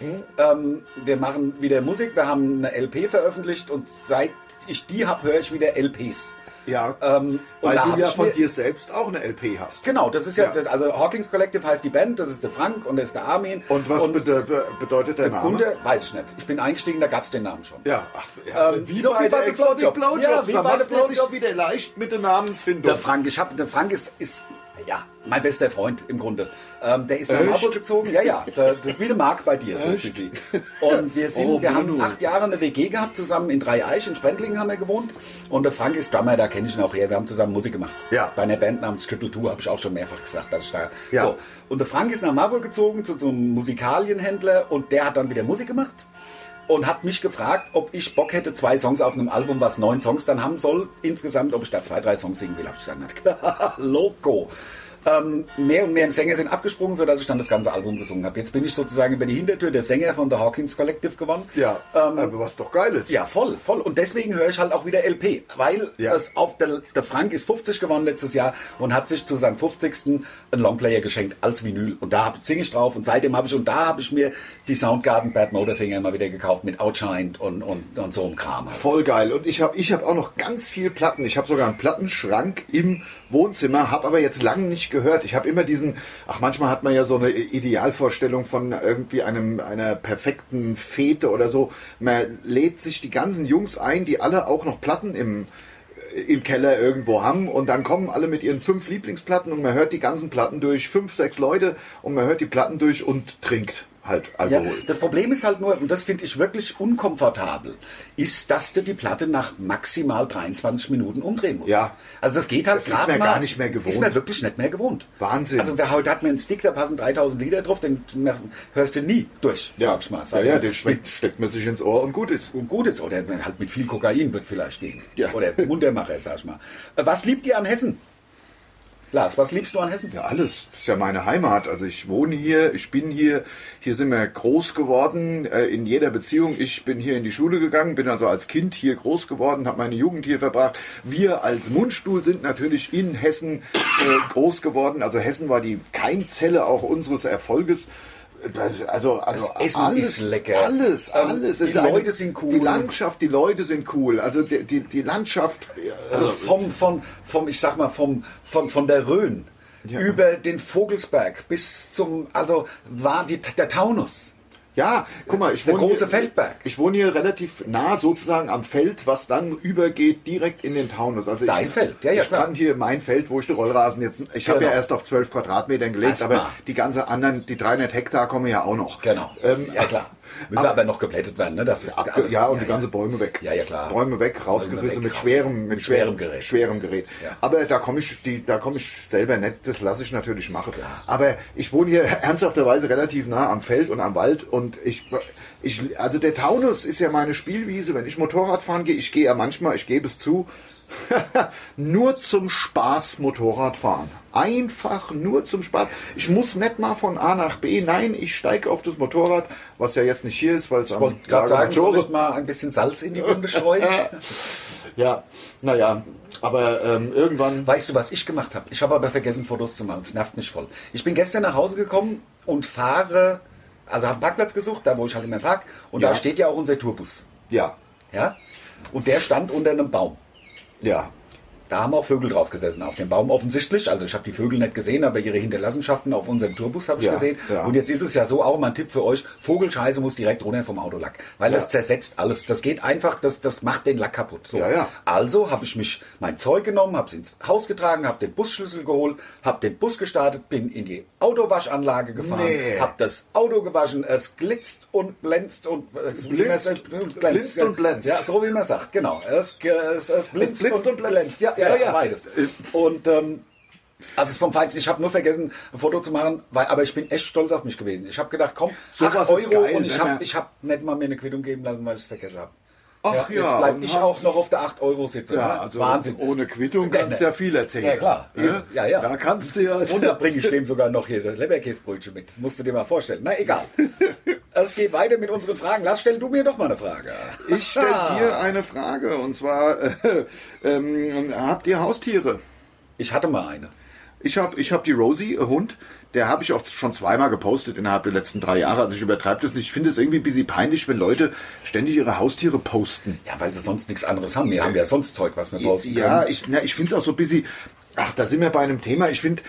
wir machen wieder Musik, wir haben eine LP veröffentlicht und seit ich die habe, höre ich wieder LPs. Ja, weil du ja von dir selbst auch eine LP hast. Genau, das ist ja, also Hawkins Collective heißt die Band, das ist der Frank und das ist der Armin. Und was bedeutet der Name? Kunde, weiß ich nicht. Ich bin eingestiegen, da gab es den Namen schon. Ja, wie bei den Exotic Blowjobs. Ja, wie bei den Blowjobs. Wieder leicht mit der Namensfindung. Der Frank ist mein bester Freund im Grunde. Der ist nach Marburg gezogen. Ja, das ist wie eine Mark bei dir. So und wir haben 8 Jahre eine WG gehabt, zusammen in Dreieich, in Sprendlingen haben wir gewohnt. Und der Frank ist Drummer, da kenne ich ihn auch her. Wir haben zusammen Musik gemacht. Ja. Bei einer Band namens Triple Two, habe ich auch schon mehrfach gesagt, dass ich da... Ja. So. Und der Frank ist nach Marburg gezogen zu so einem Musikalienhändler und der hat dann wieder Musik gemacht. Und hat mich gefragt, ob ich Bock hätte, 2 Songs auf einem Album, was 9 Songs dann haben soll, insgesamt, ob ich da 2, 3 Songs singen will. Habe ich gesagt, Loco. Mehr und mehr Sänger sind abgesprungen, sodass ich dann das ganze Album gesungen habe. Jetzt bin ich sozusagen über die Hintertür der Sänger von The Hawkins Collective geworden. Ja, aber was doch geil ist. Ja, voll. Und deswegen höre ich halt auch wieder LP, weil der Frank ist 50 geworden letztes Jahr und hat sich zu seinem 50. einen Longplayer geschenkt als Vinyl. Und da singe ich drauf und seitdem habe ich mir die Soundgarden Bad Motorfinger mal wieder gekauft mit Outshined und so einem Kram. Halt. Voll geil. Und ich hab auch noch ganz viel Platten. Ich habe sogar einen Plattenschrank im Wohnzimmer, habe aber jetzt lange nicht gehört. Ich habe immer manchmal hat man ja so eine Idealvorstellung von irgendwie einer perfekten Fete oder so. Man lädt sich die ganzen Jungs ein, die alle auch noch Platten im Keller irgendwo haben und dann kommen alle mit ihren 5 Lieblingsplatten und man hört die ganzen Platten durch, 5, 6 Leute und man hört die Platten durch und trinkt. halt Alkohol. Ja, das Problem ist halt nur, und das finde ich wirklich unkomfortabel, ist, dass du die Platte nach maximal 23 Minuten umdrehen musst. Ja. Also das geht halt Das ist mir gar nicht mehr gewohnt. Ist mir wirklich nicht mehr gewohnt. Wahnsinn. Also heute hat mir einen Stick, da passen 3000 Liter drauf, den hörst du nie durch, sag ich mal. Ja, den steckt man sich ins Ohr und gut ist. Und gut ist. Oder halt mit viel Kokain wird vielleicht gehen. Ja. Oder Muntermacher, sag ich mal. Was liebt ihr an Hessen? Lars, was liebst du an Hessen? Ja, alles. Das ist ja meine Heimat. Also ich wohne hier, ich bin hier. Hier sind wir groß geworden, in jeder Beziehung. Ich bin hier in die Schule gegangen, bin also als Kind hier groß geworden, habe meine Jugend hier verbracht. Wir als Mundstuhl sind natürlich in Hessen groß geworden. Also Hessen war die Keimzelle auch unseres Erfolges. Also das Essen alles, ist lecker. Alles. Die Leute sind cool. Die Landschaft, die Leute sind cool. Also die Landschaft. Also ich sag mal, von der Rhön über den Vogelsberg bis zum, also war der Taunus. Ja, guck mal, der große Feldberg. Ich wohne hier relativ nah sozusagen am Feld, was dann übergeht direkt in den Taunus. Also Dein Feld, ja, ich klar. kann hier mein Feld, wo ich den Rollrasen jetzt, ich habe ja erst auf 12 Quadratmetern gelegt, aber die ganze anderen, die 300 Hektar kommen ja auch noch. Genau, ja klar. Müssen aber noch geplättet werden, ne? Das ist alles, die ganze Bäume weg. Ja, klar. Bäume weg, rausgerissen mit schwerem Gerät. Ja. Aber da komme ich selber nicht, das lasse ich natürlich machen. Ja. Aber ich wohne hier ernsthafterweise relativ nah am Feld und am Wald und also der Taunus ist ja meine Spielwiese, wenn ich Motorrad fahren gehe, ich gehe ja manchmal, ich gebe es zu, nur zum Spaß Motorrad fahren. Einfach nur zum Spaß. Ich muss nicht mal von A nach B. Nein, ich steige auf das Motorrad, was ja jetzt nicht hier ist, weil es am wollte gerade sagen, soll ich mal ein bisschen Salz in die Wunde streuen? Ja, naja, aber irgendwann... Weißt du, was ich gemacht habe? Ich habe aber vergessen, Fotos zu machen. Das nervt mich voll. Ich bin gestern nach Hause gekommen und fahre, also habe einen Parkplatz gesucht, da wo ich halt immer park. Und da steht ja auch unser Tourbus. Ja. Ja. Und der stand unter einem Baum. Ja. Da haben auch Vögel drauf gesessen, auf dem Baum offensichtlich. Also ich habe die Vögel nicht gesehen, aber ihre Hinterlassenschaften auf unserem Tourbus habe ich gesehen. Ja. Und jetzt ist es ja so, auch mal ein Tipp für euch, Vogelscheiße muss direkt runter vom Autolack. Weil das zersetzt alles. Das geht einfach, das macht den Lack kaputt. So. Ja. Also habe ich mein Zeug genommen, habe es ins Haus getragen, habe den Busschlüssel geholt, habe den Bus gestartet, bin in die Autowaschanlage gefahren, habe das Auto gewaschen, es glitzt und glänzt und glänzt und glänzt. Ja, so wie man sagt, genau. Es blitzt und glänzt. Ja, beides. Und also vom Feinsten, ich habe nur vergessen, ein Foto zu machen, aber ich bin echt stolz auf mich gewesen. Ich habe gedacht, komm, so 8 Euro geil, und ich hab nicht mal mir eine Quittung geben lassen, weil ich es vergessen habe. Ach ja, jetzt bleibe ich auch noch auf der 8 Euro sitzen. Ja, also Wahnsinn. Ohne Quittung kannst du ja viel erzählen. Ja, klar. Ja. Da kannst du ja... Und da bringe ich dem sogar noch hier das Leberkäsebrötchen mit. Musst du dir mal vorstellen. Na, egal. Es geht weiter mit unseren Fragen. Lars, stell du mir doch mal eine Frage. Ich stelle dir eine Frage. Und zwar, habt ihr Haustiere? Ich hatte mal eine. Ich hab die Rosie, Hund. Der habe ich auch schon zweimal gepostet innerhalb der letzten 3 Jahre. Also ich übertreibe das nicht. Ich finde es irgendwie ein bisschen peinlich, wenn Leute ständig ihre Haustiere posten. Ja, weil sie sonst nichts anderes haben. Wir haben ja sonst Zeug, was wir posten können. Ja, ich finde es auch so ein bisschen... Ach, da sind wir bei einem Thema. Ich finde...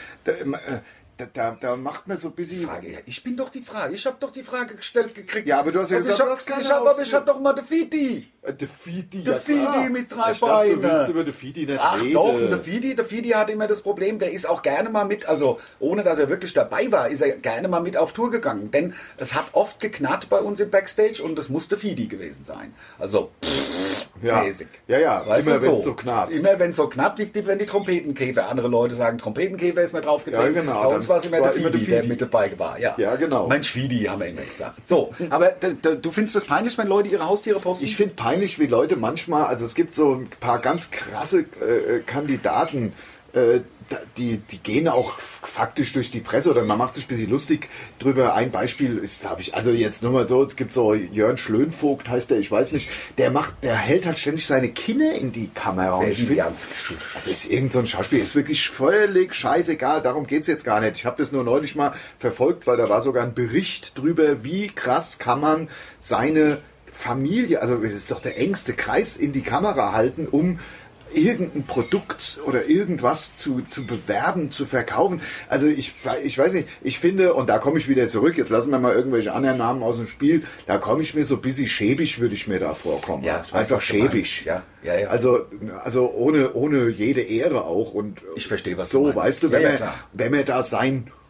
Da macht man so ein bisschen... Frage. Ja, ich bin doch die Frage. Ich habe doch die Frage gestellt gekriegt. Ja, aber du hast ja gesagt, ich hab doch mal den Fidi. Der Fidi mit 3 Beinen. Du willst über den Fidi nicht reden. Doch, der Fidi hat immer das Problem, der ist auch gerne mal mit, also ohne dass er wirklich dabei war, ist er gerne mal mit auf Tour gegangen. Denn es hat oft geknarrt bei uns im Backstage und es muss der Fidi gewesen sein. Also, mäßig. Ja, weißt immer wenn es so knarrt. Immer wenn es so knarrt, wenn die Trompetenkäfer. Andere Leute sagen, Trompetenkäfer ist mir draufgetreten. Ja, genau. Bei uns war es immer der Fidi, der mit dabei war. Ja, genau. Mensch, Fidi, haben wir immer gesagt. So, aber du findest es peinlich, wenn Leute ihre Haustiere posten? Ich finde peinlich, wie Leute manchmal, also es gibt so ein paar ganz krasse Kandidaten, die gehen auch faktisch durch die Presse oder man macht sich ein bisschen lustig drüber. Ein Beispiel ist, glaube ich, also jetzt nur mal so, es gibt so Jörn Schlönvogt, heißt der, ich weiß nicht, der hält halt ständig seine Kinder in die Kamera. Das ist irgend so ein Schauspiel, ist wirklich völlig scheißegal, darum geht's jetzt gar nicht. Ich habe das nur neulich mal verfolgt, weil da war sogar ein Bericht drüber, wie krass kann man seine Familie, also es ist doch der engste Kreis, in die Kamera halten, um irgendein Produkt oder irgendwas zu bewerben, zu verkaufen. Also ich weiß nicht, ich finde, und da komme ich wieder zurück, jetzt lassen wir mal irgendwelche anderen Namen aus dem Spiel, da komme ich mir so ein bisschen schäbig, würde ich mir da vorkommen. Ja, einfach schäbig. Ja. Also ohne jede Ehre auch. Und ich verstehe, was du meinst. Weißt du, wenn man da sein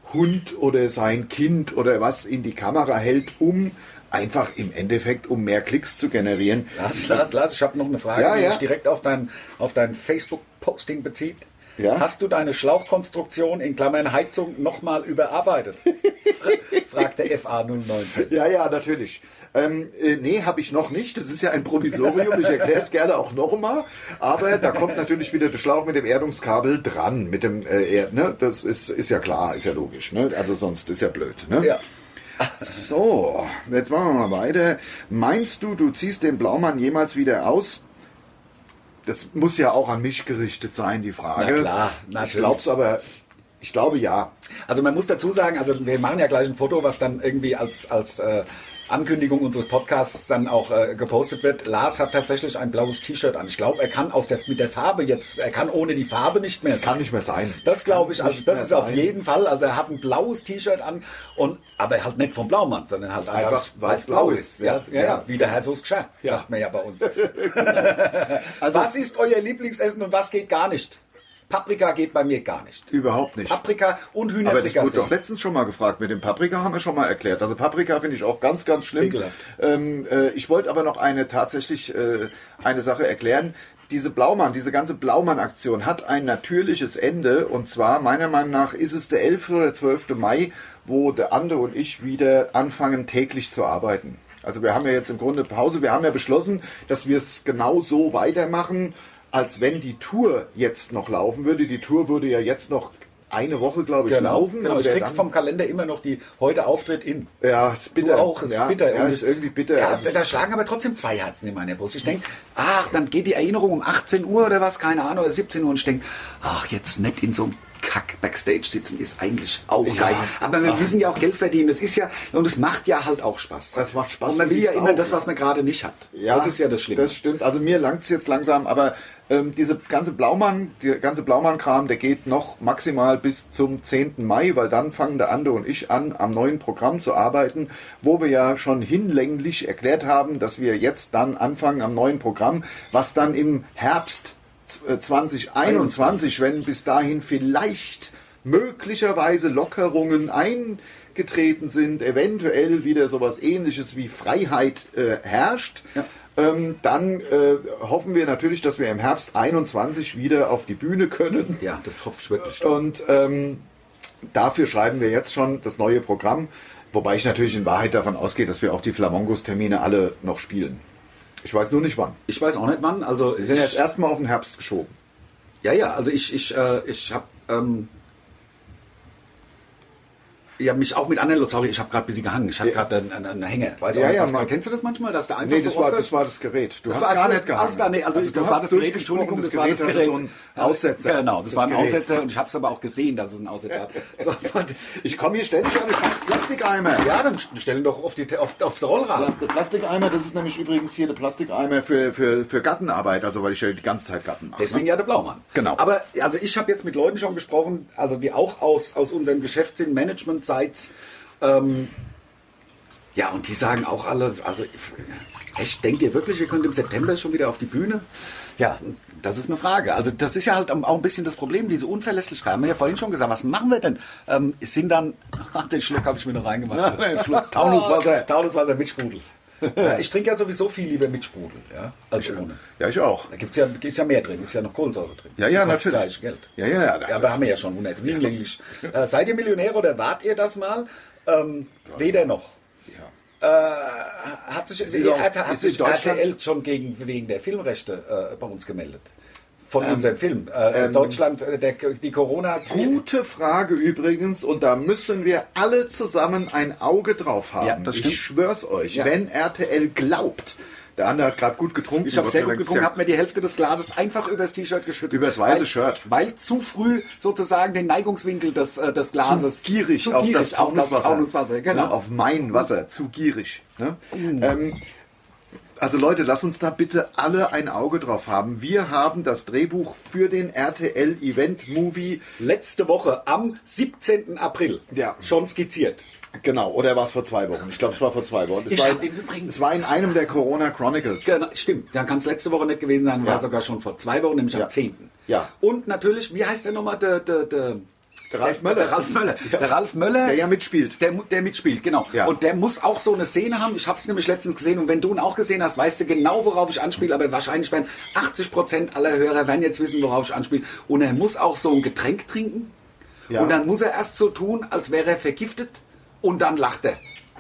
Hund oder sein Kind oder was in die Kamera hält, um einfach im Endeffekt, um mehr Klicks zu generieren. Lars, ich habe noch eine Frage, die sich direkt auf dein Facebook-Posting bezieht. Ja? Hast du deine Schlauchkonstruktion in Klammern Heizung nochmal überarbeitet? Fragt der FA019. Ja, natürlich. Nee, habe ich noch nicht. Das ist ja ein Provisorium. Ich erkläre es gerne auch nochmal. Aber da kommt natürlich wieder der Schlauch mit dem Erdungskabel dran. Mit dem ne? Das ist ja klar, ist ja logisch. Ne? Also sonst ist ja blöd. Ne? Ja. So, jetzt machen wir mal weiter. Meinst du ziehst den Blaumann jemals wieder aus? Das muss ja auch an mich gerichtet sein, die Frage. Na klar, natürlich. Ich glaube ja. Also man muss dazu sagen, also wir machen ja gleich ein Foto, was dann irgendwie als Ankündigung unseres Podcasts dann auch gepostet wird. Lars hat tatsächlich ein blaues T-Shirt an. Ich glaube, er kann mit der Farbe jetzt, er kann ohne die Farbe nicht mehr sein. Kann nicht mehr sein. Das glaube ich, also das ist auf jeden Fall. Also er hat ein blaues T-Shirt an aber halt nicht vom Blaumann, sondern halt einfach weil es blau ist. Ja, wie der Herr Soßgscher, sagt man ja bei uns. Also was ist euer Lieblingsessen und was geht gar nicht? Paprika geht bei mir gar nicht. Überhaupt nicht. Paprika und Hühnerfrikassee. Aber das wurde doch letztens schon mal gefragt. Mit dem Paprika haben wir schon mal erklärt. Also Paprika finde ich auch ganz, ganz schlimm. Ich wollte aber noch eine Sache erklären. Diese ganze Blaumann-Aktion hat ein natürliches Ende. Und zwar, meiner Meinung nach, ist es der 11. oder 12. Mai, wo der Ande und ich wieder anfangen, täglich zu arbeiten. Also wir haben ja jetzt im Grunde Pause. Wir haben ja beschlossen, dass wir es genau so weitermachen, als wenn die Tour jetzt noch laufen würde. Die Tour würde ja jetzt noch eine Woche, glaube ich, laufen. Genau, ich kriege vom Kalender immer noch die heute Auftritt in. Ja, ist bitter. Du auch, ist bitter. Ja, ist irgendwie bitter. Ja, da schlagen aber trotzdem zwei Herzen in meiner Brust. Ich denke, dann geht die Erinnerung um 18 Uhr oder was, keine Ahnung, oder 17 Uhr und ich denke, jetzt nicht in so einem Kack-Backstage sitzen ist eigentlich auch geil. Aber wir müssen ja auch Geld verdienen. Das ist ja, und es macht ja halt auch Spaß. Das macht Spaß. Und man will ja immer das, was man gerade nicht hat. Ja, das ist ja das Schlimme. Das stimmt. Also mir langt es jetzt langsam, aber der ganze Blaumann-Kram, der geht noch maximal bis zum 10. Mai, weil dann fangen der Ande und ich an, am neuen Programm zu arbeiten, wo wir ja schon hinlänglich erklärt haben, dass wir jetzt dann anfangen am neuen Programm, was dann im Herbst 2021, wenn bis dahin vielleicht möglicherweise Lockerungen eingetreten sind, eventuell wieder sowas Ähnliches wie Freiheit herrscht, dann hoffen wir natürlich, dass wir im Herbst 21 wieder auf die Bühne können. Ja, das hoffe ich wirklich. Und dafür schreiben wir jetzt schon das neue Programm, wobei ich natürlich in Wahrheit davon ausgehe, dass wir auch die Flamongos-Termine alle noch spielen. Ich weiß nur nicht wann. Ich weiß auch nicht wann. Also Sie sind jetzt erstmal auf den Herbst geschoben. Ja, also ich habe mich auch mit anderen, sorry, ich habe gerade ein bisschen gehangen. Ich hatte gerade einen Hänger. Weißt du, kennst du das manchmal, dass der einfach das war das Gerät. Du hast gar nicht gehangen. Das war das Gerät, Entschuldigung, das war das Gerät. So ein Aussetzer. Genau, das war ein Aussetzer und ich habe es aber auch gesehen, dass es einen Aussetzer hat. So, ich komme hier ständig an den Plastikeimer. Ja, dann stellen doch auf den Rollrad. Der Plastikeimer, das ist nämlich übrigens hier der Plastikeimer für Gartenarbeit, also weil ich ja die ganze Zeit Garten mache. Deswegen ja der Blaumann. Genau. Aber also ich habe jetzt mit Leuten schon gesprochen, also die auch aus unserem Geschäft sind, Management Sites, und die sagen auch alle, also echt, denkt ihr wirklich, ihr könnt im September schon wieder auf die Bühne? Ja, das ist eine Frage. Also das ist ja halt auch ein bisschen das Problem, diese Unverlässlichkeit. Haben wir ja vorhin schon gesagt, was machen wir denn? Es sind dann, den Schluck habe ich mir noch reingemacht. Ja, Schluck Taunuswasser mit Sprudel. Ja, ich trinke ja sowieso viel lieber mit Sprudel, als ohne. Ja, ich auch. Da ist ja mehr drin, ist ja noch Kohlensäure drin. Ja, natürlich. Das gleiche Geld. Ja, aber haben wir ja schon hinlänglich. Seid ihr Millionäre oder wart ihr das mal? Weder noch. Hat sich RTL schon wegen der Filmrechte bei uns gemeldet? Von unserem Film. Deutschland, die Corona... Gute Frage übrigens, und da müssen wir alle zusammen ein Auge drauf haben. Ja, das stimmt. Ich schwör's euch, wenn RTL glaubt, der andere hat gerade gut getrunken. Ich habe sehr gut getrunken, habe mir die Hälfte des Glases einfach übers T-Shirt geschüttet. Übers weiße Shirt. Weil zu früh sozusagen den Neigungswinkel des Glases... Zu gierig auf das Taunuswasser. Genau. Auf mein Wasser, zu gierig. Ne? Also Leute, lasst uns da bitte alle ein Auge drauf haben. Wir haben das Drehbuch für den RTL Event Movie letzte Woche am 17. April schon skizziert. Genau, oder war es vor 2 Wochen? Ich glaube, es war vor 2 Wochen. Es war in einem der Corona Chronicles. Genau, stimmt. Da kann es letzte Woche nicht gewesen sein, war sogar schon vor 2 Wochen, nämlich am 10. Ja. Und natürlich, wie heißt der nochmal, der Der Ralf Möller. Der Ralf Möller. Der ja mitspielt. Der mitspielt, genau. Ja. Und der muss auch so eine Szene haben. Ich habe es nämlich letztens gesehen und wenn du ihn auch gesehen hast, weißt du genau, worauf ich anspiele. Aber wahrscheinlich werden 80% aller Hörer werden jetzt wissen, worauf ich anspiele. Und er muss auch so ein Getränk trinken. Ja. Und dann muss er erst so tun, als wäre er vergiftet. Und dann lacht er.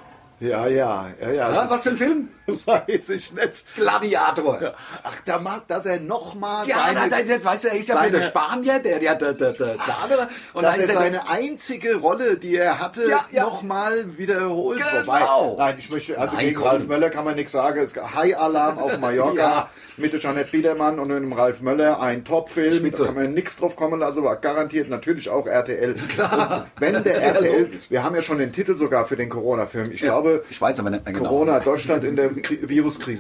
Ja. Was für ein Film? Weiß ich nicht. Gladiator. Ja. Ach, da macht, dass er nochmal Ja, weißt du, er ist ja für den Spanier, der andere. Und dass dann ist er seine einzige Rolle, die er hatte, nochmal wiederholt. Genau. Wobei, nein, ich möchte, also Nein, gegen komm. Ralf Möller kann man nichts sagen. Es gab High Alarm auf Mallorca Ja. mit der Jeanette Biedermann und dem Ralf Möller, ein Top-Film. Spitze. Da kann man nichts drauf kommen lassen, aber garantiert natürlich auch RTL. Klar. Wenn der RTL, wir haben ja schon den Titel sogar für den Corona-Film. Ich glaube, ich weiß aber nicht mehr genau. Corona, Deutschland in der Viruskrise.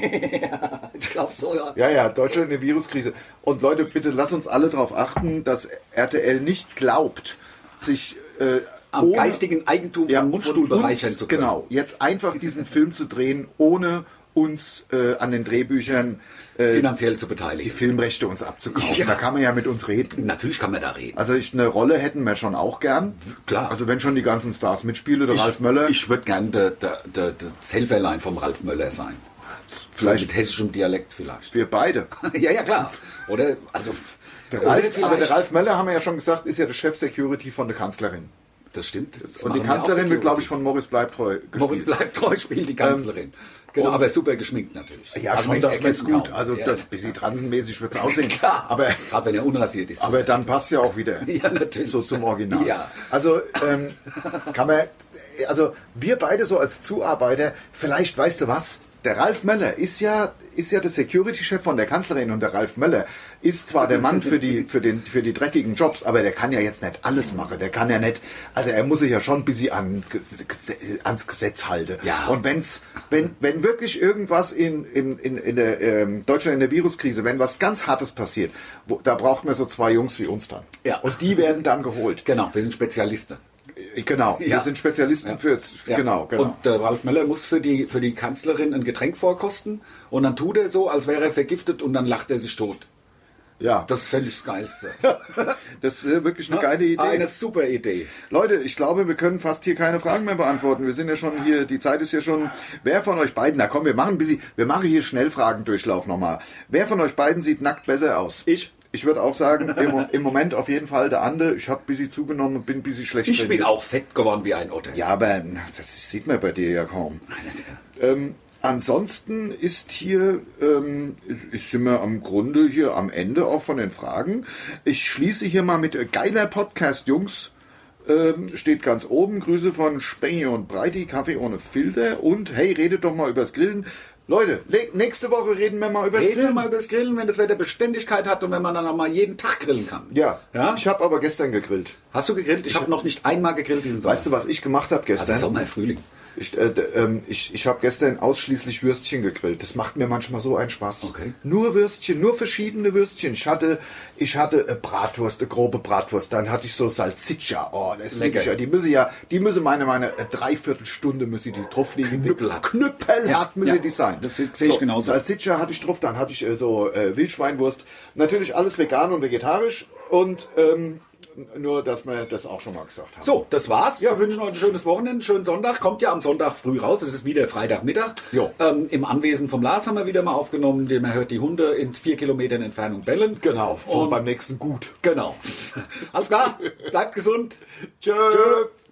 Ich glaube so, ja. Ja, Deutschland in der Viruskrise. Und Leute, bitte lasst uns alle darauf achten, dass RTL nicht glaubt, sich Am geistigen Eigentum von Mundstuhl bereichern zu können. Genau, jetzt einfach diesen Film zu drehen, ohne uns an den Drehbüchern Finanziell zu die beteiligen. Filmrechte uns abzukaufen. Ja. Da kann man ja mit uns reden. Natürlich kann man da reden. Also eine Rolle hätten wir schon auch gern. Klar. Also wenn schon die ganzen Stars mitspielen, der Ralf Möller. Ich würde gern der Helferlein vom Ralf Möller sein. Vielleicht So mit hessischem Dialekt vielleicht. wir beide. Ja, klar. Oder, also, Aber der Ralf Möller, haben wir ja schon gesagt, ist ja der Chef-Security von der Kanzlerin. das stimmt. Das Und die machen wir auch Kanzlerin wird, glaube ich, Security. von Maurice Bleibtreu gespielt. Moritz bleibt treu, spielt die Kanzlerin. Genau, aber super geschminkt natürlich. Ja, Also schon, man das erkennt ist gut. kaum. Also Ja. das bisschen transenmäßig wird es aussehen. Klar, Aber, gerade wenn er unrasiert ist. aber dann passt ja auch wieder. Ja, natürlich. So zum Original. Ja. Also kann man, also wir beide so als Zuarbeiter, vielleicht weißt du was, der Ralf Möller ist ja der Security-Chef von der Kanzlerin und der Ralf Möller ist zwar der Mann für die dreckigen Jobs, aber der kann ja jetzt nicht alles machen. Der kann ja nicht, also er muss sich ja schon ein bisschen ans Gesetz halten. Ja. Und wenn wirklich irgendwas in der Deutschland in der Viruskrise, wenn was ganz Hartes passiert, da braucht man so zwei Jungs wie uns dann. Ja. Und die werden dann geholt. Genau, wir sind Spezialisten. Genau, Ja. wir sind Spezialisten für Ja. genau. Und der Ralf Möller muss für die Kanzlerin ein Getränk vorkosten und dann tut er so, als wäre er vergiftet und dann lacht er sich tot. Ja, Das fände ich das Geilste. das ist wirklich eine geile Idee. Eine super Idee. Leute, ich glaube, wir können fast hier keine Fragen mehr beantworten. Wir sind ja schon hier, die Zeit ist ja schon. Wer von euch beiden, na komm, wir machen hier Schnellfragendurchlauf nochmal. Wer von euch beiden sieht nackt besser aus? Ich. Ich würde auch sagen, im Moment auf jeden Fall der Ande. Ich habe ein bisschen zugenommen und bin ein bisschen schlecht Ich bin trainiert. auch fett geworden wie ein Otter. Ja, aber das sieht man bei dir ja kaum. Ansonsten ist hier, sind wir am Grunde hier am Ende auch von den Fragen. Ich schließe hier mal mit geiler Podcast, Jungs. Steht ganz oben. Grüße von Spenge und Breiti, Kaffee ohne Filter. Und hey, redet doch mal übers Grillen. Leute, nächste Woche reden wir mal übers Reden wir Grillen. mal über das Grillen, wenn das Wetter Beständigkeit hat und wenn man dann auch mal jeden Tag grillen kann. Ja, Ja? ich habe aber gestern gegrillt. Hast du gegrillt? Ich habe noch nicht einmal gegrillt diesen Sommer. Weißt du, was ich gemacht habe gestern? Also Sommer, Frühling. Ich habe gestern ausschließlich Würstchen gegrillt. Das macht mir manchmal so einen Spaß. Okay. Nur Würstchen, nur verschiedene Würstchen. Ich hatte Bratwurst, eine grobe Bratwurst. Dann hatte ich so Salsiccia. Oh, das ist Lecker. lecker. Die müsse meine Dreiviertelstunde müsse die drauf liegen. Knüppelhart. Knüppelhart müsse Ja. die sein. Das sehe ich genauso. Salsiccia hatte ich drauf. Dann hatte ich Wildschweinwurst. Natürlich alles vegan und vegetarisch. Und nur, dass wir das auch schon mal gesagt haben. So, das war's. Wir wünschen euch ein schönes Wochenende, einen schönen Sonntag. Kommt ja am Sonntag früh raus. Es ist wieder Freitagmittag. Jo. Im Anwesen vom Lars haben wir wieder mal aufgenommen. Man hört die Hunde in 4 Kilometern Entfernung bellen. Genau. Und beim nächsten gut. genau. Alles klar. Bleibt gesund. Tschö.